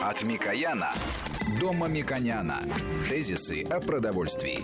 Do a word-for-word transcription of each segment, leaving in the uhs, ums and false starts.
От Микояна до Мамиконяна. Тезисы о продовольствии.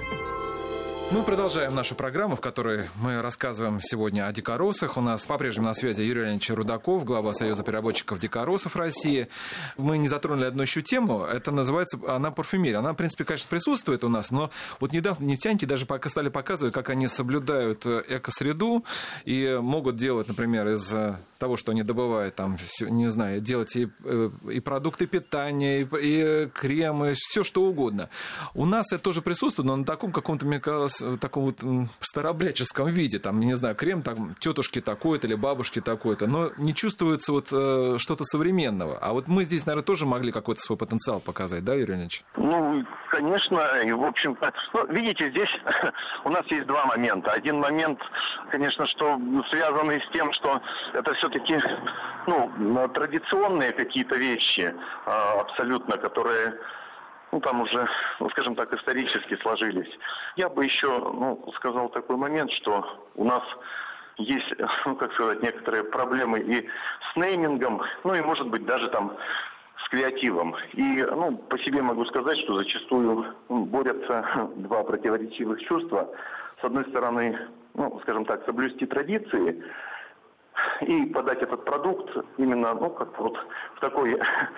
Мы продолжаем нашу программу, в которой мы рассказываем сегодня о дикоросах. У нас по-прежнему на связи Юрий Леонидович Рудаков, глава Союза переработчиков дикоросов России. Мы не затронули одну еще тему. Это называется, она парфюмерия. Она, в принципе, конечно, присутствует у нас, но вот недавно нефтяники даже пока стали показывать, как они соблюдают экосреду и могут делать, например, из того, что они добывают, там, не знаю, делать и, и продукты питания, и, и кремы, все что угодно. У нас это тоже присутствует, но на таком каком-то, мне казалось, в таком вот старообрядческом виде, там, не знаю, крем там, тетушки такой-то или бабушки такой-то, но не чувствуется вот э, что-то современного. А вот мы здесь, наверное, тоже могли какой-то свой потенциал показать, да, Юрий Леонидович? Ну, конечно, и в общем-то, ну, видите, здесь у нас есть два момента. Один момент, конечно, что связанный с тем, что это все-таки, ну, традиционные какие-то вещи абсолютно, которые... ну, там уже, ну, скажем так, исторически сложились. Я бы еще, ну, сказал такой момент, что у нас есть, ну, как сказать, некоторые проблемы и с неймингом, ну, и, может быть, даже там с креативом. И, ну, по себе могу сказать, что зачастую борются два противоречивых чувства. С одной стороны, ну, скажем так, соблюсти традиции и подать этот продукт именно, ну, как вот в такой,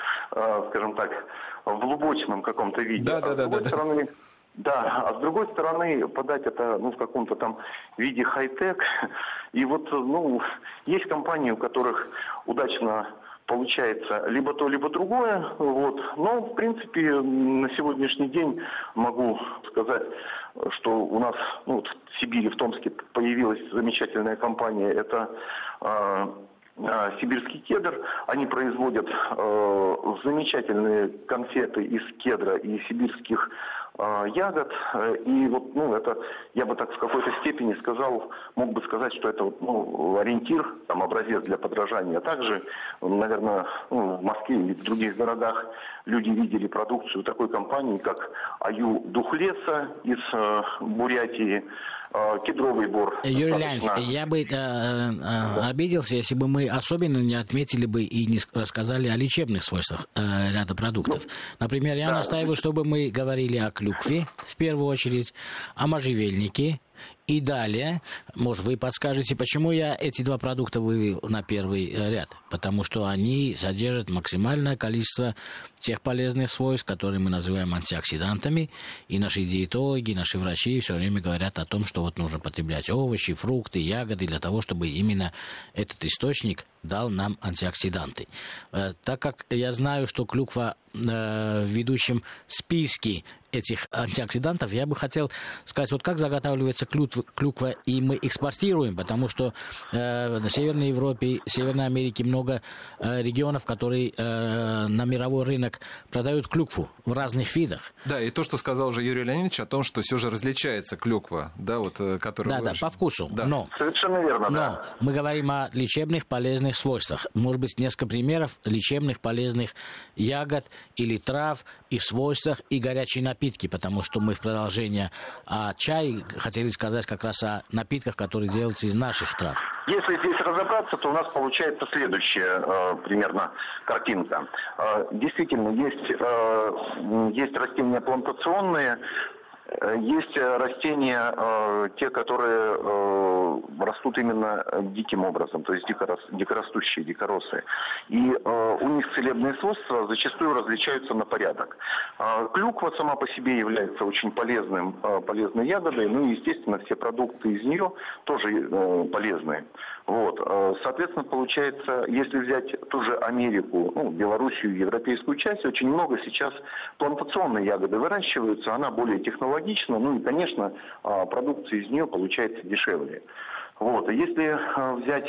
э, скажем так, в лубочном каком-то виде. Да, а да, с другой да, стороны, да, а с другой стороны подать это, ну, в каком-то там виде хай-тек. И вот, ну, есть компании, у которых удачно получается либо то, либо другое. Вот. Но, в принципе, на сегодняшний день могу сказать, что у нас, ну, вот в Сибири, в Томске появилась замечательная компания. Это э, э, сибирский кедр. Они производят э, замечательные конфеты из кедра и сибирских э, ягод. И вот, ну, это, я бы так в какой-то степени сказал, мог бы сказать, что это, ну, ориентир, там, образец для подражания. А также, наверное, ну, в Москве или в других городах люди видели продукцию такой компании, как Аю Духлеса из э, Бурятии, э, кедровый бор. Юрий Леонидович, я бы э, э, да. обиделся, если бы мы особенно не отметили бы и не рассказали о лечебных свойствах э, ряда продуктов. Ну, Например, я да. настаиваю, чтобы мы говорили о клюкве, в первую очередь, о можжевельнике. И далее, может, вы подскажете, почему я эти два продукта вывел на первый ряд? Потому что они содержат максимальное количество тех полезных свойств, которые мы называем антиоксидантами. И наши диетологи, наши врачи все время говорят о том, что вот нужно потреблять овощи, фрукты, ягоды для того, чтобы именно этот источник дал нам антиоксиданты. Так как я знаю, что клюква в ведущем списке этих антиоксидантов, я бы хотел сказать, вот как заготавливается клюква, клюква и мы экспортируем, потому что э, в Северной Европе, Северной Америке много э, регионов, которые э, на мировой рынок продают клюкву в разных видах. Да, и то, что сказал уже Юрий Леонидович о том, что все же различается клюква, да, вот, которая... Да, да, по вкусу. Да. Но, Совершенно верно, но да. мы говорим о лечебных полезных свойствах. Может быть, несколько примеров лечебных полезных ягод или трав, и свойствах, и горячие напитки, потому что мы в продолжение о чае хотели сказать как раз о напитках, которые делаются из наших трав. Если здесь разобраться, то у нас получается следующая э, примерно картинка. Э, действительно, есть, э, есть растения плантационные, есть растения, э, те, которые э, растут именно диким образом, то есть дикорос, дикорастущие, дикоросы. И э, у них целебные свойства зачастую различаются на порядок. Э, клюква сама по себе является очень полезным, э, полезной ягодой, ну и, естественно, все продукты из нее тоже э, полезные. Вот. Соответственно, получается, если взять ту же Америку, ну, Белоруссию, европейскую часть, очень много сейчас плантационные ягоды выращиваются, она более технологична, ну и, конечно, продукция из нее получается дешевле. Вот. Если взять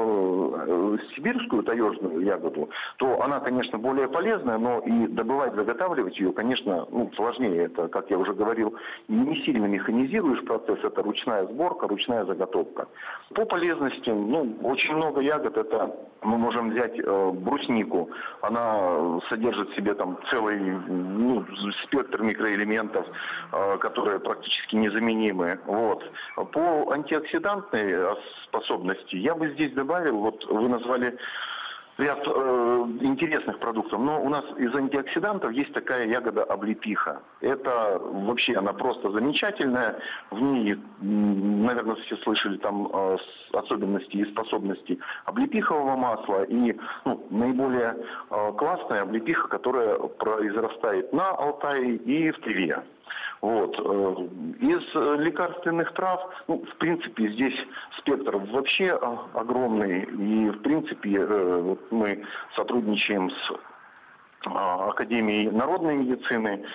э, сибирскую таежную ягоду, то она, конечно, более полезная, но и добывать, заготавливать ее, конечно, ну, сложнее. Это, как я уже говорил, не сильно механизируешь процесс, это ручная сборка, ручная заготовка. По полезности, ну, очень много ягод, это мы можем взять э, бруснику, она содержит в себе там целый, ну, спектр микроэлементов, э, которые практически незаменимы. Вот. По антиоксидантной способности я бы здесь добавил, вот вы назвали ряд э, интересных продуктов. Но у нас из антиоксидантов есть такая ягода облепиха. Это вообще, она просто замечательная. В ней, наверное, все слышали там э, особенности и способности облепихового масла. И ну, наиболее э, классная облепиха, которая произрастает на Алтае и в Тыве. Вот. Из лекарственных трав, ну, в принципе, здесь спектр вообще огромный. И, в принципе, вот мы сотрудничаем с Академией народной медицины.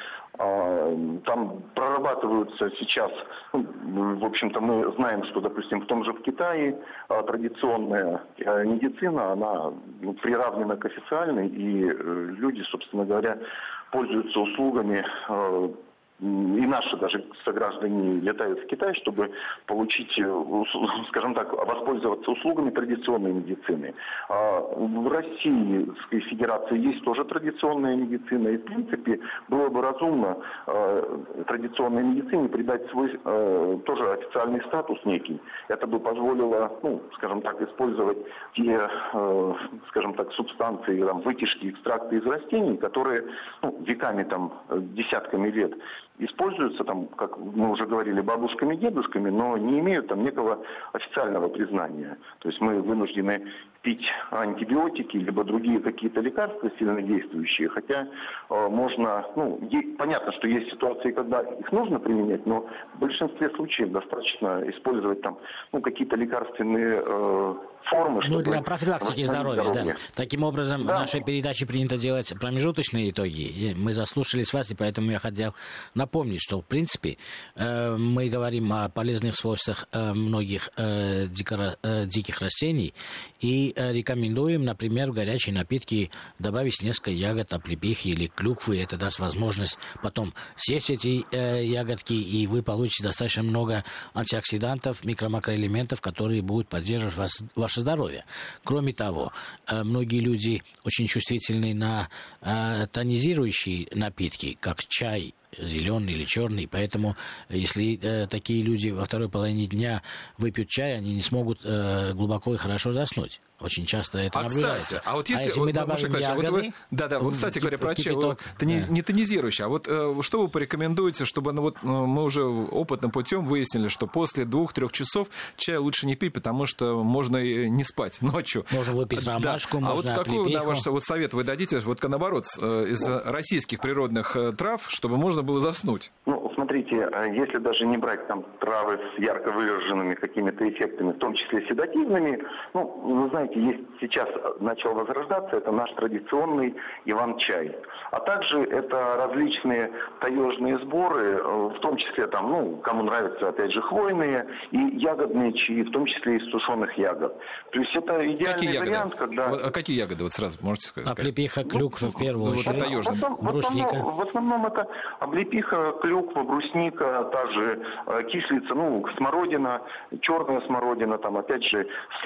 Там прорабатываются сейчас, ну, в общем-то, мы знаем, что, допустим, в том же в Китае традиционная медицина, она ну, приравнена к официальной, и люди, собственно говоря, пользуются услугами. И наши даже сограждане летают в Китай, чтобы получить, скажем так, воспользоваться услугами традиционной медицины. В Российской Федерации есть тоже традиционная медицина. И, в принципе, было бы разумно традиционной медицине придать свой тоже официальный статус некий. Это бы позволило, ну, скажем так, использовать те, скажем так, субстанции, там, вытяжки, экстракты из растений, которые ну, веками, там, десятками лет используются, там, как мы уже говорили, бабушками и дедушками, но не имеют там некого официального признания. То есть мы вынуждены пить антибиотики, либо другие какие-то лекарства сильнодействующие, хотя э, можно, ну, е- понятно, что есть ситуации, когда их нужно применять, но в большинстве случаев достаточно использовать там, ну, какие-то лекарственные э, формы. Ну, для профилактики здоровья, здоровья, да. Таким образом, да. В нашей передаче принято делать промежуточные итоги. Мы заслушались вас, и поэтому я хотел напомнить, что, в принципе, э, мы говорим о полезных свойствах э, многих э, дико- э, диких растений и э, рекомендуем, например, в горячие напитки добавить несколько ягод облепихи или клюквы. Это даст возможность потом съесть эти э, ягодки, и вы получите достаточно много антиоксидантов, микро-макроэлементов, которые будут поддерживать вас, ваше здоровье. Кроме того, э, многие люди очень чувствительны на э, тонизирующие напитки, как чай, зеленый или черный, поэтому если э, такие люди во второй половине дня выпьют чай, они не смогут э, глубоко и хорошо заснуть. Очень часто это а, наблюдается. Кстати, а вот если, а если вот, мы добавим Маша, ягоды, а вот вы, да, да, вот, кстати говоря, про чай, вот, не, не тонизирующий, а вот э, что вы порекомендуете, чтобы, ну, вот, мы уже опытным путем выяснили, что после двух-трех часов чай лучше не пить, потому что можно не спать ночью. Можно выпить ромашку, да. можно А вот какой облепиху. на ваш вот совет вы дадите, вот наоборот, из российских природных трав, чтобы можно было заснуть? Ну, смотрите, если даже не брать там травы с ярко выраженными какими-то эффектами, в том числе седативными, ну, вы знаете, есть сейчас начал возрождаться, это наш традиционный иван-чай. А также это различные таежные сборы, в том числе там, ну, кому нравятся, опять же, хвойные и ягодные чаи, в том числе из сушеных ягод. То есть это идеальный вариант, когда... Вот, а какие ягоды, вот сразу можете сказать? Облепиха, клюква, ну, в первую ну, очередь. Вот, в, в, основном, в основном это облепиха, клюква, брусника, та же э, кислица, ну, смородина, черная смородина, там, опять же, с,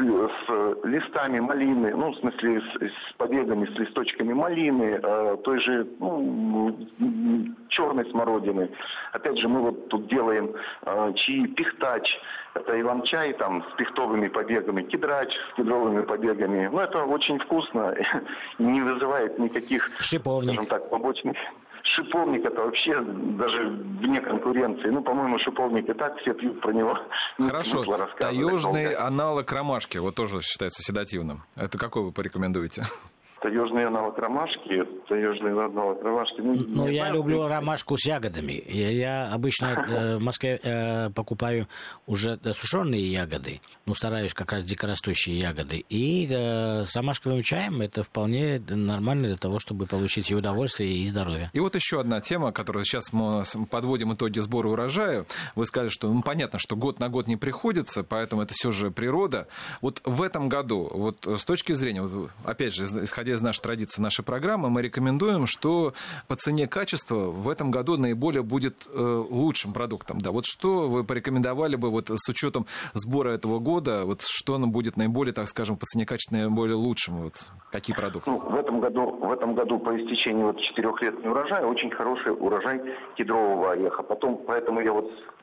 с листами малины, ну, в смысле, с, с побегами, с листочками малины, э, той же, ну, черной смородины. Опять же, мы вот тут делаем э, чаи пихтач, это иван-чай, там, с пихтовыми побегами, кедрач с кедровыми побегами. Ну, это очень вкусно, не вызывает никаких, шиповник, скажем так, побочных... Шиповник — это вообще даже вне конкуренции. Ну, по-моему, шиповник и так все пьют про него. Хорошо. Таежный аналог ромашки, вот тоже считается седативным. Это какой вы порекомендуете? Таежный аналог ромашки, таежный аналог ромашки. Ну, ну я знаю, люблю ромашку с ягодами. Я, я обычно э, в Москве э, покупаю уже сушеные ягоды. Ну, стараюсь как раз дикорастущие ягоды. И э, с ромашковым чаем это вполне нормально для того, чтобы получить и удовольствие, и здоровье. И вот еще одна тема, которую сейчас мы подводим итоги сбора урожая. Вы сказали, что ну, понятно, что год на год не приходится, поэтому это все же природа. Вот в этом году, вот с точки зрения, вот, опять же, исходя из нашей традиции, нашей программы, мы рекомендуем, что по цене качества в этом году наиболее будет э, лучшим продуктом. Да, вот что вы порекомендовали бы вот с учетом сбора этого года, вот что нам будет наиболее, так скажем, по цене качества наиболее лучшим? Вот какие продукты? Ну, в этом году, в этом году по истечении вот четырехлетнего урожая очень хороший урожай кедрового ореха. Потом, поэтому я вот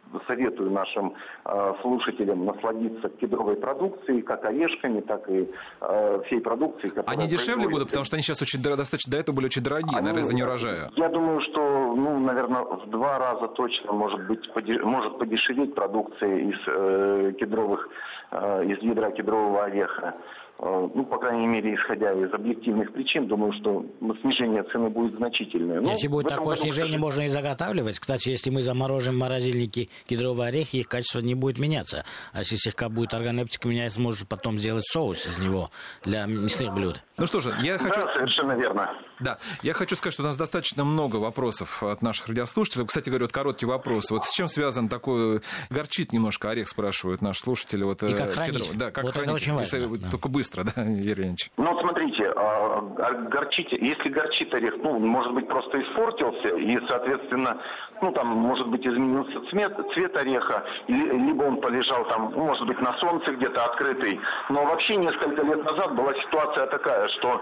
советую нашим э, слушателям насладиться кедровой продукцией, как орешками, так и э, всей продукцией, которая Они дешевле производится. будут, потому что они сейчас очень достаточно, до этого были очень дорогие, Они, наверное, из-за неурожая. Я думаю, что, ну, наверное, в два раза точно может быть подеш... может подешеветь продукция из э, кедровых, э, из ядра кедрового ореха. Ну, по крайней мере, исходя из объективных причин, думаю, что снижение цены будет значительное. Но если будет такое году, снижение, кстати... можно и заготавливать. Кстати, если мы заморожим в морозильнике кедровые орехи, их качество не будет меняться. А если слегка будет органолептика меняться, можно потом сделать соус из него для мясных блюд. Ну что же, я хочу... Да, совершенно верно. Да, я хочу сказать, что у нас достаточно много вопросов от наших радиослушателей. Кстати говоря, вот короткий вопрос. Вот с чем связан такой... Горчит немножко орех, спрашивают наши слушатели. Вот, и как э, хранить. Кедровый. Да, как вот хранить. это очень важно. Если... Да. Только быстро. Да, Юрий Ильич? Ну, вот смотрите, горчить, если горчит орех, ну, может быть, просто испортился, и, соответственно, ну, там, может быть, изменился цвет, цвет ореха, либо он полежал там, может быть, на солнце где-то открытый. Но вообще несколько лет назад была ситуация такая, что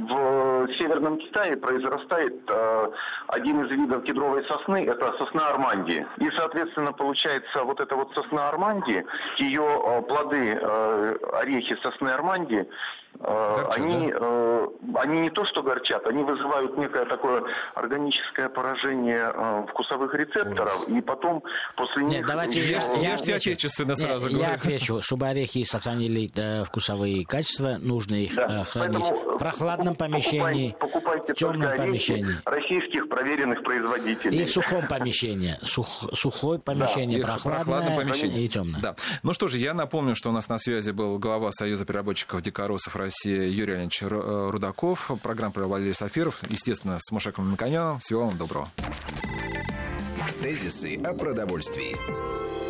в Северном Китае произрастает э, один из видов кедровой сосны, это сосна Арманди. И, соответственно, получается, вот эта вот сосна Арманди, ее э, плоды, э, орехи сосны Арманди, э, Горчат, они, да? э, они не то что горчат, они вызывают некое такое органическое поражение э, вкусовых рецепторов, Ужас. И потом после Нет, них... давайте еще- я, я Ешьте отвечу. отечественно Нет, сразу я говорю. отвечу. Чтобы орехи сохранили э, вкусовые качества, нужно их Да. э, хранить Поэтому в прохладном помещении, покупайте, покупайте в темном только орехи помещении. российских проверенных производителей. И в сухом помещении. Сух, сухое помещение, И в прохладное прохладном помещении. и темное. Да. Ну что же, я напомню, что у нас на связи был глава Союза переработчиков дикоросов России Юрий Леонидович Рудаков. Программа провел Валерий Сафиров. Естественно, с Мушеком Мамиканяном. Всего вам доброго. Тезисы о продовольствии.